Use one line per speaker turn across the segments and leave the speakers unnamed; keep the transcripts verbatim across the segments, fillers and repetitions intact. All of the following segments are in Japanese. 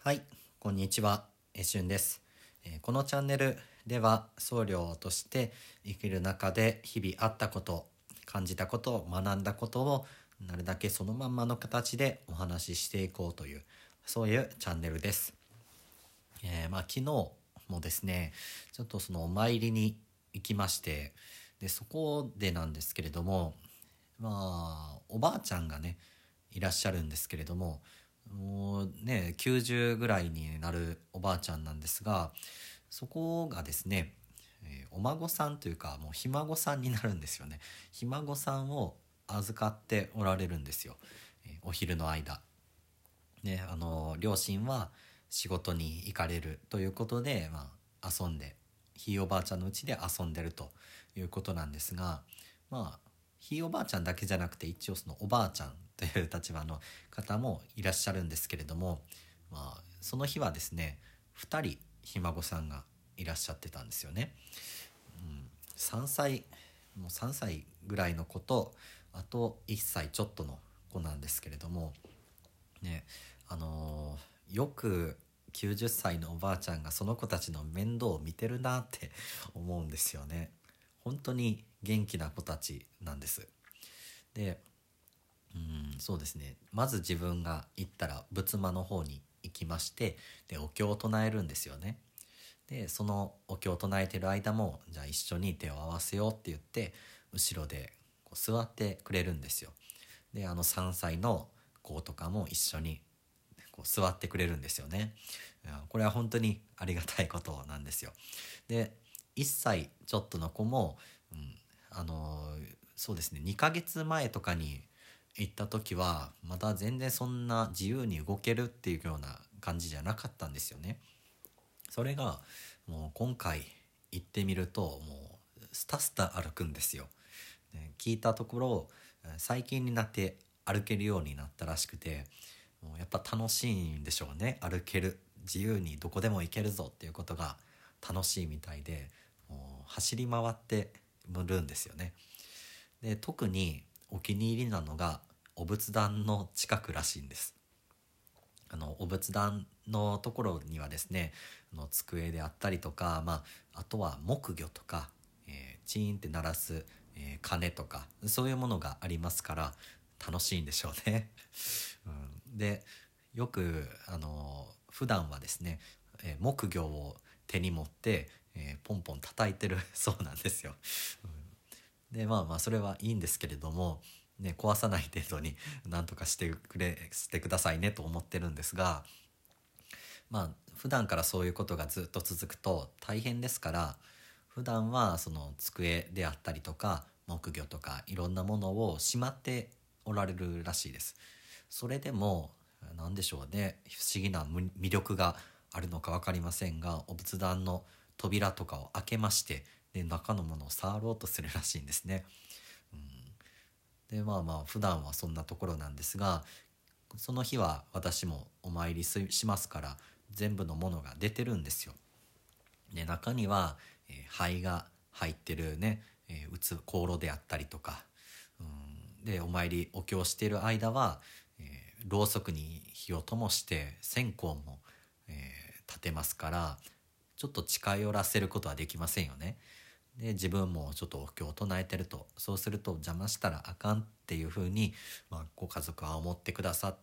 はい、こんにちは、えしゅんです。えーこのチャンネルでは僧侶として生きる中で日々あったこと、感じたこと、学んだことをなるだけそのまんまの形でお話ししていこうという、そういうチャンネルです。えーまあ昨日もですね、ちょっとそのお参りに行きまして、でそこでなんですけれども、まあおばあちゃんがねいらっしゃるんですけれども、もうねきゅうじゅうぐらいになるおばあちゃんなんですが、そこがですね、えーお孫さんというかもうひ孫さんになるんですよね。ひ孫さんを預かっておられるんですよ、えーお昼の間ね。あの両親は仕事に行かれるということで、まあ、遊んでひいおばあちゃんのうちで遊んでるということなんですが、まあひいおばあちゃんだけじゃなくて一応そのおばあちゃんという立場の方もいらっしゃるんですけれども、まあ、その日はですねふたりひ孫さんがいらっしゃってたんですよね。さんさいもうさんさいぐらいの子と、あといっさいちょっとの子なんですけれどもね、あのーよくきゅうじゅっさいのおばあちゃんがその子たちの面倒を見てるなって思うんですよね。本当に元気な子たちなんです。で、うんそうですね、まず自分が行ったら仏間の方に行きまして、でお経を唱えるんですよね。でそのお経を唱えてる間もじゃあ一緒に手を合わせようって言って後ろでこう座ってくれるんですよ。であのさんさいの子とかも一緒にこう座ってくれるんですよね。いやこれは本当にありがたいことなんですよ。でいっさいちょっとの子も、うん、あのそうですねにかげつまえとかに行った時はまだ全然そんな自由に動けるっていうような感じじゃなかったんですよね。それがもう今回行ってみるともうスタスタ歩くんですよ。ね聞いたところ最近になって歩けるようになったらしくて、もうやっぱ楽しいんでしょうね。歩ける、自由にどこでも行けるぞっていうことが楽しいみたいで、もう走り回ってるんですよね。で特にお気に入りなのがお仏壇の近くらしいんです。あのお仏壇のところにはですね、あの机であったりとか、まあ、あとは木魚とか、えーチーンって鳴らす、えー鐘とかそういうものがありますから楽しいんでしょうね。うん、でよくあの普段はですね、えー木魚を手に持って、えーポンポン叩いてるそうなんですよ。でまあまあそれはいいんですけれども、ね、壊さない程度に何とかしてくれしてくださいねと思ってるんですが、まあ普段からそういうことがずっと続くと大変ですから、普段はその机であったりとか木魚とかいろんなものをしまっておられるらしいです。それでも何でしょうね、不思議な魅力があるのか分かりませんが、お仏壇の扉とかを開けまして、で中のものを触ろうとするらしいんですね。でまあまあ普段はそんなところなんですが、その日は私もお参りしますから全部のものが出てるんですよ。で中には、えー灰が入ってるね、えー、うつ香炉であったりとか、うんでお参りお経をしている間は、えーろうそくに火を灯して線香も、えー立てますから、ちょっと近寄らせることはできませんよね。で自分もちょっとお経を唱えてると、そうすると邪魔したらあかんっていうふうに、まあ、ご家族は思ってくださって、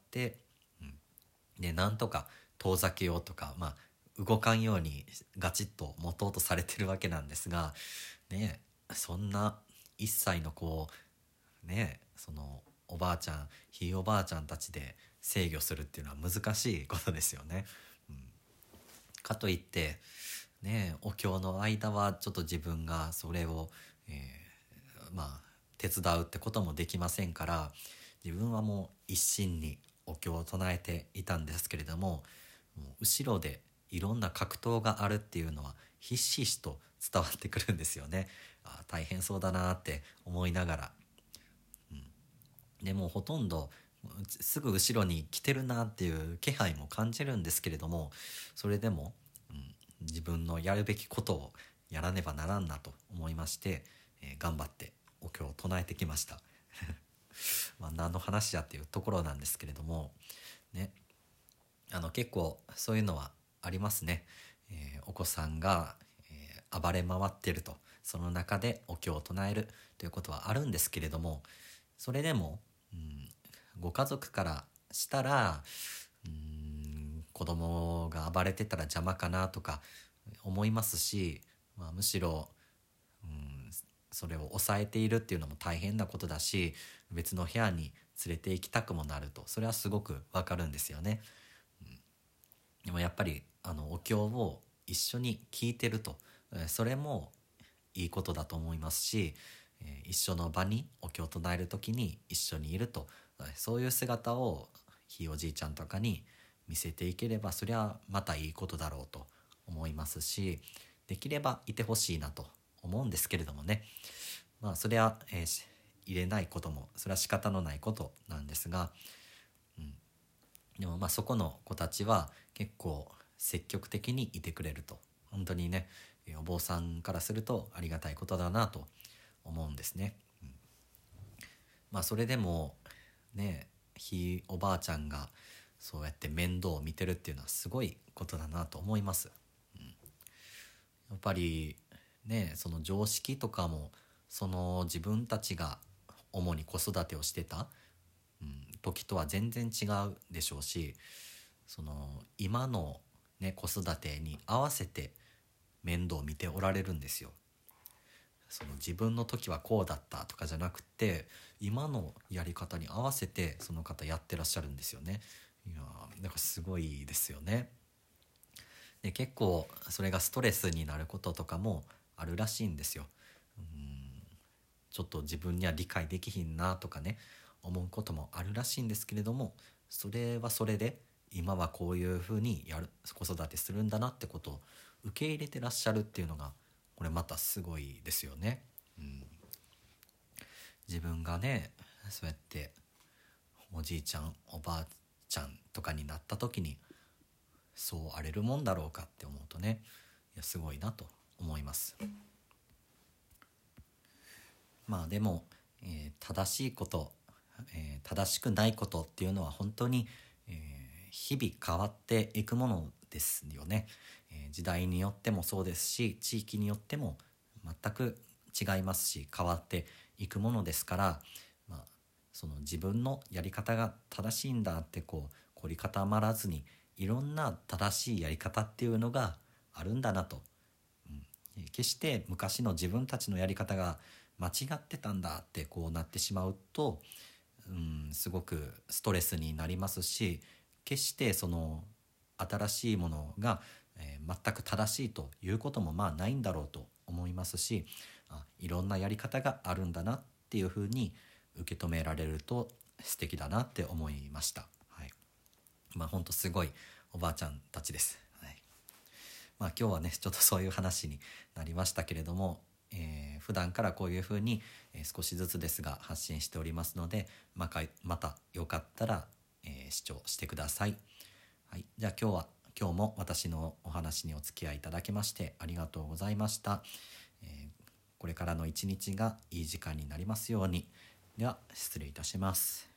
うん、でなんとか遠ざけようとか、まあ、動かんようにガチッと持とうとされてるわけなんですが、ね、そんないっさいの子をね、そのおばあちゃんひいおばあちゃんたちで制御するっていうのは難しいことですよね。うん、かといってねお経の間はちょっと自分がそれを、えーまあ手伝うってこともできませんから、自分はもう一心にお経を唱えていたんですけれども、もう後ろでいろんな格闘があるっていうのはひしひしと伝わってくるんですよね。あ大変そうだなって思いながら、でもほとんどすぐ後ろに来てるなっていう気配も感じるんですけれども、それでも、うん、自分のやるべきことをやらねばならんなと思いまして、えー頑張ってお経を唱えてきました。まあ何の話やっていうところなんですけれどもね、あのあ、結構そういうのはありますね。えーお子さんが、えー暴れ回ってると、その中でお経を唱えるということはあるんですけれども、それでも、うん、ご家族からしたら、うん、子供が暴れてたら邪魔かなとか思いますし、まあ、むしろ、うん、それを抑えているっていうのも大変なことだし、別の部屋に連れて行きたくもなると、それはすごくわかるんですよね。でもやっぱりあのお経を一緒に聞いてると、えーそれもいいことだと思いますし、えー一緒の場にお経を唱える時に一緒にいると、えーそういう姿をひいおじいちゃんとかに見せていければ、そりゃまたいいことだろうと思いますし、できればいてほしいなと思うんですけれどもね。まあそれは、えーし入れないこともそれは仕方のないことなんですが、でもまあそこの子たちは結構積極的にいてくれると、本当にね、えーお坊さんからするとありがたいことだなと思うんですね。うん、まあそれでもね、ひいおばあちゃんがそうやって面倒を見てるっていうのはすごいことだなと思います。うん、やっぱりね、その常識とかも、その自分たちが主に子育てをしてた、うん、時とは全然違うでしょうし、その今の、ね、子育てに合わせて面倒を見ておられるんですよ。その自分の時はこうだったとかじゃなくて、今のやり方に合わせてその方やってらっしゃるんですよね。いやー、なんかすごいですよね。で結構それがストレスになることとかもあるらしいんですよ。うん、ちょっと自分には理解できひんなとかね、思うこともあるらしいんですけれども、それはそれで今はこういうふうにやる子育てするんだなってことを受け入れてらっしゃるっていうのが、これまたすごいですよね。うん、自分がね、そうやっておじいちゃんおばあちゃんとかになった時にそう荒れるもんだろうかって思うとね、いやすごいなと思います。まあでも、えー正しいこと、えー正しくないことっていうのは本当に、えー日々変わっていくものですよね。えー時代によってもそうですし、地域によっても全く違いますし、変わっていくものですから、まあ、その自分のやり方が正しいんだってこう凝り固まらずに、いろんな正しいやり方っていうのがあるんだなと、決して昔の自分たちのやり方が間違ってたんだってこうなってしまうと、うん、すごくストレスになりますし、決してその新しいものが、えー全く正しいということもまあないんだろうと思いますし、あ、いろんなやり方があるんだなっていうふうに受け止められると素敵だなって思いました。はい、まあ本当すごいおばあちゃんたちです。はい、まあ、今日はねちょっとそういう話になりましたけれども、えー普段からこういうふうに、えー少しずつですが発信しておりますので、まかまたよかったら、えー視聴してください。はい、じゃあ今日は今日も私のお話にお付き合いいただきましてありがとうございました。えーこれからの一日がいい時間になりますように。では失礼いたします。